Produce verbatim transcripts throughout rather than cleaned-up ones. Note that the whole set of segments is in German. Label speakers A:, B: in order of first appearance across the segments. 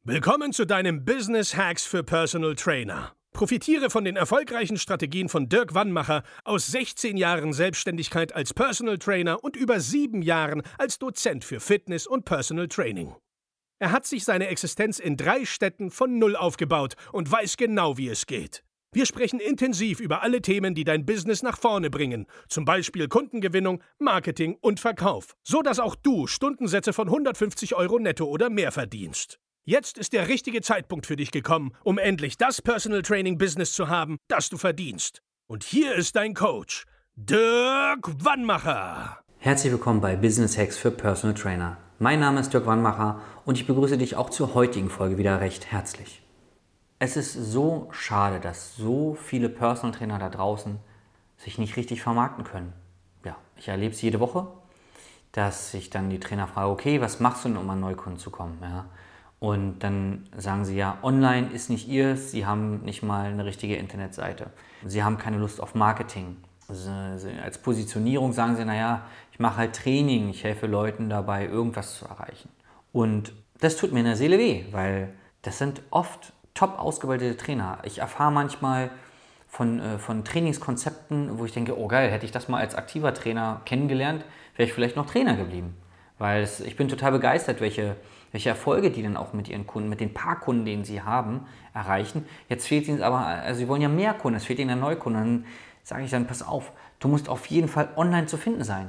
A: Willkommen zu deinem Business Hacks für Personal Trainer. Profitiere von den erfolgreichen Strategien von Dirk Wannmacher aus sechzehn Jahren Selbstständigkeit als Personal Trainer und über sieben Jahren als Dozent für Fitness und Personal Training. Er hat sich seine Existenz in drei Städten von Null aufgebaut und weiß genau, wie es geht. Wir sprechen intensiv über alle Themen, die dein Business nach vorne bringen, zum Beispiel Kundengewinnung, Marketing und Verkauf, so dass auch du Stundensätze von hundertfünfzig Euro netto oder mehr verdienst. Jetzt ist der richtige Zeitpunkt für dich gekommen, um endlich das Personal Training Business zu haben, das du verdienst. Und hier ist dein Coach, Dirk Wannmacher.
B: Herzlich willkommen bei Business Hacks für Personal Trainer. Mein Name ist Dirk Wannmacher und ich begrüße dich auch zur heutigen Folge wieder recht herzlich. Es ist so schade, dass so viele Personal Trainer da draußen sich nicht richtig vermarkten können. Ja, ich erlebe es jede Woche, dass sich dann die Trainer fragen, okay, was machst du denn, um an Neukunden zu kommen? Ja. Und dann sagen sie ja, online ist nicht ihrs, sie haben nicht mal eine richtige Internetseite. Sie haben keine Lust auf Marketing. Also als Positionierung sagen sie, naja, ich mache halt Training, ich helfe Leuten dabei, irgendwas zu erreichen. Und das tut mir in der Seele weh, weil das sind oft top ausgebildete Trainer. Ich erfahre manchmal von, äh, von Trainingskonzepten, wo ich denke, oh geil, hätte ich das mal als aktiver Trainer kennengelernt, wäre ich vielleicht noch Trainer geblieben. Weil es, ich bin total begeistert, welche, welche Erfolge die dann auch mit ihren Kunden, mit den paar Kunden, denen sie haben, erreichen. Jetzt fehlt ihnen aber, also sie wollen ja mehr Kunden, es fehlt ihnen ja Neukunden. Dann sage ich dann, pass auf, du musst auf jeden Fall online zu finden sein.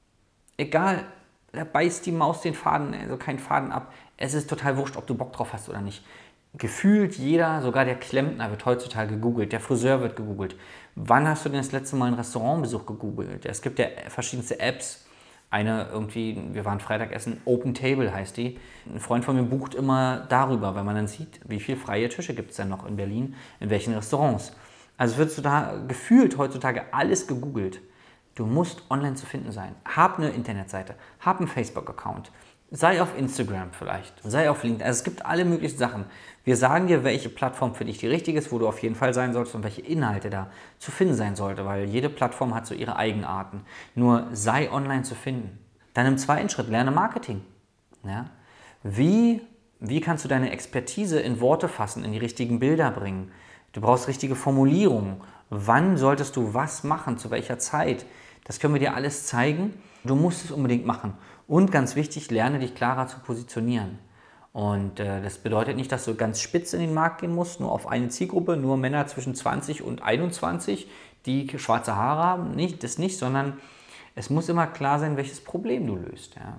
B: Egal, da beißt die Maus den Faden, also keinen Faden ab. Es ist total wurscht, ob du Bock drauf hast oder nicht. Gefühlt jeder, sogar der Klempner wird heutzutage gegoogelt, der Friseur wird gegoogelt. Wann hast du denn das letzte Mal einen Restaurantbesuch gegoogelt? Es gibt ja verschiedenste Apps. Eine irgendwie, wir waren Freitag essen, Open Table heißt die. Ein Freund von mir bucht immer darüber, weil man dann sieht, wie viele freie Tische gibt es denn noch in Berlin, in welchen Restaurants. Also wird da gefühlt heutzutage alles gegoogelt. Du musst online zu finden sein. Hab eine Internetseite, hab einen Facebook-Account, sei auf Instagram vielleicht, sei auf LinkedIn. Also es gibt alle möglichen Sachen. Wir sagen dir, welche Plattform für dich die richtige ist, wo du auf jeden Fall sein solltest und welche Inhalte da zu finden sein sollte, weil jede Plattform hat so ihre Eigenarten. Nur sei online zu finden. Dann im zweiten Schritt, lerne Marketing. Ja? Wie, wie kannst du deine Expertise in Worte fassen, in die richtigen Bilder bringen? Du brauchst richtige Formulierungen. Wann solltest du was machen, zu welcher Zeit? Das können wir dir alles zeigen. Du musst es unbedingt machen. Und ganz wichtig, lerne dich klarer zu positionieren. Und äh, das bedeutet nicht, dass du ganz spitz in den Markt gehen musst, nur auf eine Zielgruppe, nur Männer zwischen zwanzig und einundzwanzig, die schwarze Haare haben. Nicht, das nicht, sondern es muss immer klar sein, welches Problem du löst. Ja.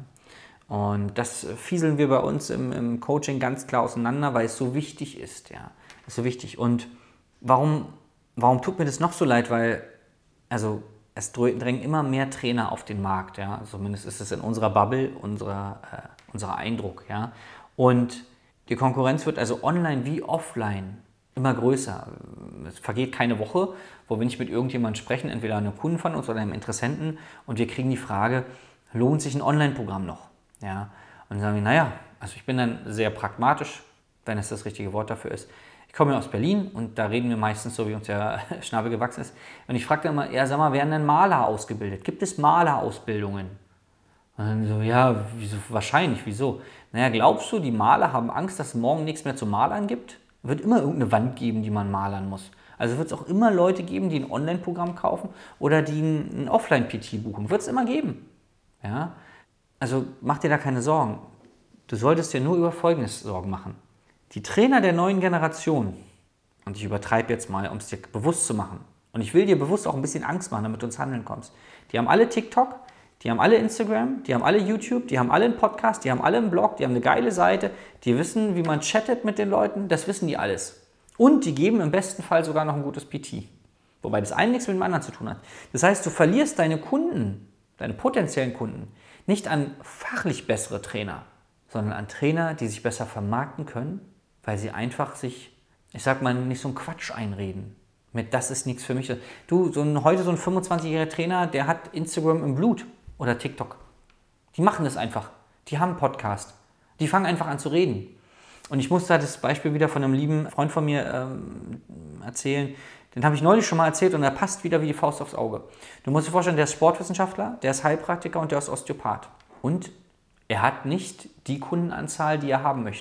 B: Und das fieseln wir bei uns im, im Coaching ganz klar auseinander, weil es so wichtig ist. Ja. Das ist so wichtig. Und warum, warum tut mir das noch so leid? Weil, also es drängen immer mehr Trainer auf den Markt. Ja. Zumindest ist es in unserer Bubble, unserer, äh, unser Eindruck. Ja. Und die Konkurrenz wird also online wie offline immer größer. Es vergeht keine Woche, wo wir nicht mit irgendjemandem sprechen, entweder einem Kunden von uns oder einem Interessenten, und wir kriegen die Frage, lohnt sich ein Online-Programm noch? Ja, und dann sagen wir, naja, also ich bin dann sehr pragmatisch, wenn es das richtige Wort dafür ist. Ich komme ja aus Berlin und da reden wir meistens so, wie uns der Schnabel gewachsen ist. Und ich frage dann immer, ja, sag mal, werden denn Maler ausgebildet? Gibt es Malerausbildungen? Und dann so, ja, wieso, wahrscheinlich, wieso? Naja, glaubst du, die Maler haben Angst, dass es morgen nichts mehr zu malern gibt? Es wird immer irgendeine Wand geben, die man malern muss. Also wird es auch immer Leute geben, die ein Online-Programm kaufen oder die ein Offline-P T buchen. Wird es immer geben. Ja? Also mach dir da keine Sorgen. Du solltest dir nur über Folgendes Sorgen machen. Die Trainer der neuen Generation, und ich übertreibe jetzt mal, um es dir bewusst zu machen, und ich will dir bewusst auch ein bisschen Angst machen, damit du ins Handeln kommst, die haben alle TikTok, die haben alle Instagram, die haben alle YouTube, die haben alle einen Podcast, die haben alle einen Blog, die haben eine geile Seite, die wissen, wie man chattet mit den Leuten, das wissen die alles. Und die geben im besten Fall sogar noch ein gutes P T. Wobei das eine nichts mit dem anderen zu tun hat. Das heißt, du verlierst deine Kunden, deine potenziellen Kunden, nicht an fachlich bessere Trainer, sondern an Trainer, die sich besser vermarkten können, weil sie einfach sich, ich sag mal, nicht so einen Quatsch einreden. Mit, das ist nichts für mich. Du, so ein, heute so ein fünfundzwanzigjähriger Trainer, der hat Instagram im Blut. Oder TikTok. Die machen das einfach. Die haben einen Podcast. Die fangen einfach an zu reden. Und ich muss da das Beispiel wieder von einem lieben Freund von mir ähm, erzählen. Den habe ich neulich schon mal erzählt und er passt wieder wie die Faust aufs Auge. Du musst dir vorstellen, der ist Sportwissenschaftler, der ist Heilpraktiker und der ist Osteopath. Und er hat nicht die Kundenanzahl, die er haben möchte.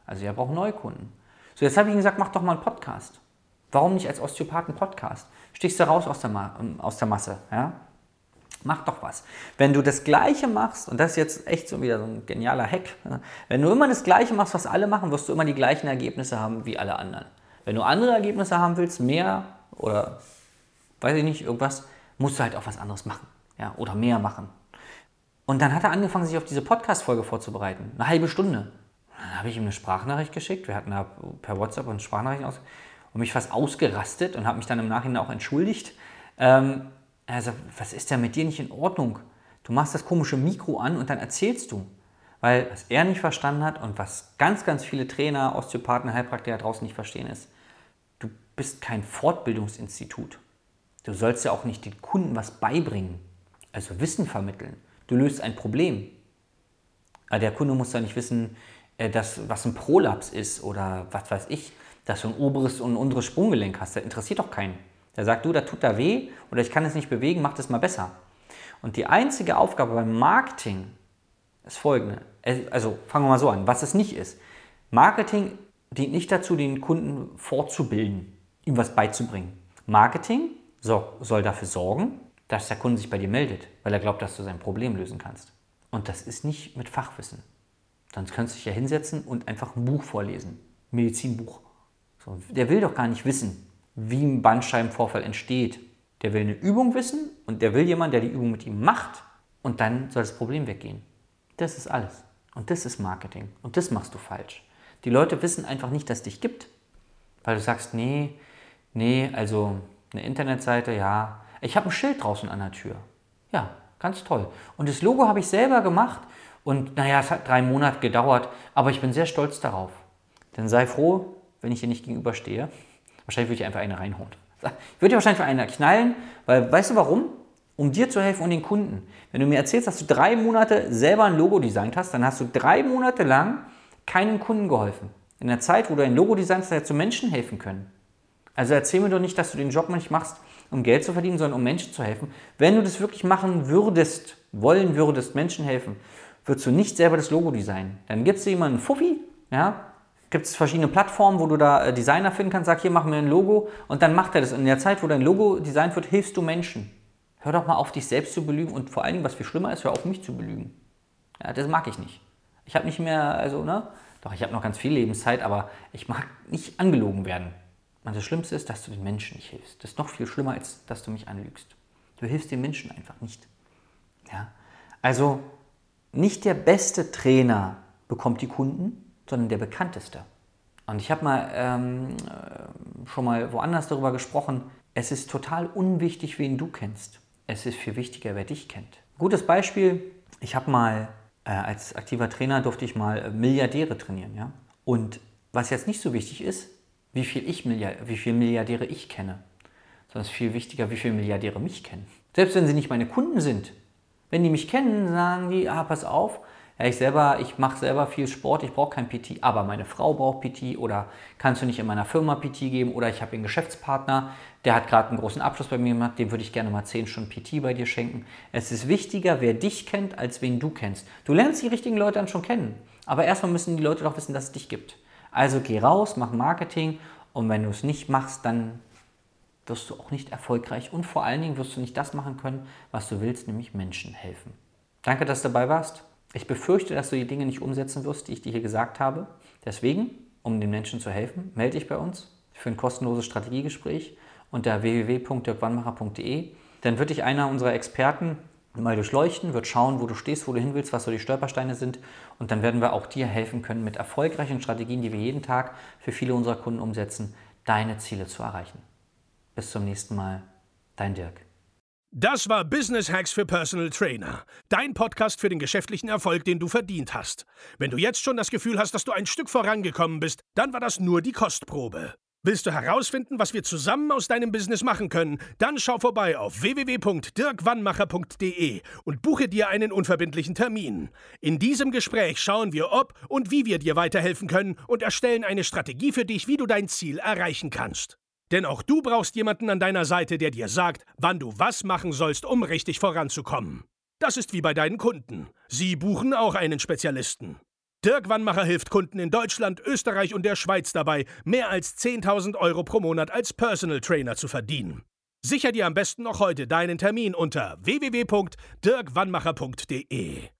B: Also ihr braucht Neukunden. So, jetzt habe ich ihm gesagt, mach doch mal einen Podcast. Warum nicht als Osteopath einen Podcast? Stichst du raus aus der, Ma- aus der Masse, ja? Mach doch was. Wenn du das Gleiche machst, und das ist jetzt echt so wieder so ein genialer Hack, wenn du immer das Gleiche machst, was alle machen, wirst du immer die gleichen Ergebnisse haben wie alle anderen. Wenn du andere Ergebnisse haben willst, mehr oder, weiß ich nicht, irgendwas, musst du halt auch was anderes machen, ja, oder mehr machen. Und dann hat er angefangen, sich auf diese Podcast-Folge vorzubereiten, eine halbe Stunde. Dann habe ich ihm eine Sprachnachricht geschickt, wir hatten da per WhatsApp eine Sprachnachricht aus und mich fast ausgerastet und habe mich dann im Nachhinein auch entschuldigt. Ähm, Er sagt, was ist denn mit dir nicht in Ordnung? Du machst das komische Mikro an und dann erzählst du. Weil was er nicht verstanden hat und was ganz, ganz viele Trainer, Osteopathen, Heilpraktiker draußen nicht verstehen ist, du bist kein Fortbildungsinstitut. Du sollst ja auch nicht den Kunden was beibringen, also Wissen vermitteln. Du löst ein Problem. Aber der Kunde muss ja nicht wissen, dass, was ein Prolaps ist oder was weiß ich, dass du ein oberes und ein unteres Sprunggelenk hast. Das interessiert doch keinen. Der sagt, du, da tut da weh oder ich kann es nicht bewegen, mach das mal besser. Und die einzige Aufgabe beim Marketing ist folgende. Also fangen wir mal so an, was es nicht ist. Marketing dient nicht dazu, den Kunden fortzubilden, ihm was beizubringen. Marketing soll dafür sorgen, dass der Kunde sich bei dir meldet, weil er glaubt, dass du sein Problem lösen kannst. Und das ist nicht mit Fachwissen. Sonst könntest du dich ja hinsetzen und einfach ein Buch vorlesen, ein Medizinbuch. So, der will doch gar nicht wissen, wie ein Bandscheibenvorfall entsteht. Der will eine Übung wissen und der will jemanden, der die Übung mit ihm macht und dann soll das Problem weggehen. Das ist alles. Und das ist Marketing. Und das machst du falsch. Die Leute wissen einfach nicht, dass es dich gibt. Weil du sagst, nee, nee, also eine Internetseite, ja. Ich habe ein Schild draußen an der Tür. Ja, ganz toll. Und das Logo habe ich selber gemacht und naja, es hat drei Monate gedauert, aber ich bin sehr stolz darauf. Dann sei froh, wenn ich dir nicht gegenüberstehe. Wahrscheinlich würde ich einfach eine reinhauen. Ich würde dir wahrscheinlich für eine knallen, weil, weißt du warum? Um dir zu helfen und den Kunden. Wenn du mir erzählst, dass du drei Monate selber ein Logo designt hast, dann hast du drei Monate lang keinem Kunden geholfen. In der Zeit, wo du ein Logo designst, hättest du Menschen helfen können. Also erzähl mir doch nicht, dass du den Job nicht machst, um Geld zu verdienen, sondern um Menschen zu helfen. Wenn du das wirklich machen würdest, wollen würdest, Menschen helfen, würdest du nicht selber das Logo designen. Dann gibst du jemanden einen Fuffi, ja, gibt es verschiedene Plattformen, wo du da Designer finden kannst, sag hier, mach mir ein Logo und dann macht er das. Und in der Zeit, wo dein Logo designt wird, hilfst du Menschen. Hör doch mal auf, dich selbst zu belügen und vor allen Dingen, was viel schlimmer ist, hör auf, mich zu belügen. Ja, das mag ich nicht. Ich habe nicht mehr, also, ne, doch, ich habe noch ganz viel Lebenszeit, aber ich mag nicht angelogen werden. Und das Schlimmste ist, dass du den Menschen nicht hilfst. Das ist noch viel schlimmer, als dass du mich anlügst. Du hilfst den Menschen einfach nicht. Ja? Also, nicht der beste Trainer bekommt die Kunden, sondern der bekannteste. Und ich habe mal ähm, schon mal woanders darüber gesprochen, es ist total unwichtig, wen du kennst. Es ist viel wichtiger, wer dich kennt. Gutes Beispiel, ich habe mal äh, als aktiver Trainer durfte ich mal äh, Milliardäre trainieren. Ja? Und was jetzt nicht so wichtig ist, wie viel, ich Milliard, wie viel Milliardäre ich kenne, sondern es ist viel wichtiger, wie viele Milliardäre mich kennen. Selbst wenn sie nicht meine Kunden sind, wenn die mich kennen, sagen die, ah, pass auf, ja, ich selber, ich mache selber viel Sport, ich brauche kein P T, aber meine Frau braucht P T oder kannst du nicht in meiner Firma P T geben oder ich habe einen Geschäftspartner, der hat gerade einen großen Abschluss bei mir gemacht, dem würde ich gerne mal zehn Stunden P T bei dir schenken. Es ist wichtiger, wer dich kennt, als wen du kennst. Du lernst die richtigen Leute dann schon kennen, aber erstmal müssen die Leute doch wissen, dass es dich gibt. Also geh raus, mach Marketing und wenn du es nicht machst, dann wirst du auch nicht erfolgreich und vor allen Dingen wirst du nicht das machen können, was du willst, nämlich Menschen helfen. Danke, dass du dabei warst. Ich befürchte, dass du die Dinge nicht umsetzen wirst, die ich dir hier gesagt habe. Deswegen, um den Menschen zu helfen, melde dich bei uns für ein kostenloses Strategiegespräch unter w w w punkt dirk wannmacher punkt de. Dann wird dich einer unserer Experten mal durchleuchten, wird schauen, wo du stehst, wo du hin willst, was so die Stolpersteine sind. Und dann werden wir auch dir helfen können, mit erfolgreichen Strategien, die wir jeden Tag für viele unserer Kunden umsetzen, deine Ziele zu erreichen. Bis zum nächsten Mal, dein Dirk.
A: Das war Business Hacks für Personal Trainer. Dein Podcast für den geschäftlichen Erfolg, den du verdient hast. Wenn du jetzt schon das Gefühl hast, dass du ein Stück vorangekommen bist, dann war das nur die Kostprobe. Willst du herausfinden, was wir zusammen aus deinem Business machen können? Dann schau vorbei auf w w w punkt dirk wannmacher punkt de und buche dir einen unverbindlichen Termin. In diesem Gespräch schauen wir, ob und wie wir dir weiterhelfen können und erstellen eine Strategie für dich, wie du dein Ziel erreichen kannst. Denn auch du brauchst jemanden an deiner Seite, der dir sagt, wann du was machen sollst, um richtig voranzukommen. Das ist wie bei deinen Kunden. Sie buchen auch einen Spezialisten. Dirk Wannmacher hilft Kunden in Deutschland, Österreich und der Schweiz dabei, mehr als zehntausend Euro pro Monat als Personal Trainer zu verdienen. Sicher dir am besten noch heute deinen Termin unter w w w punkt dirk wannmacher punkt d e.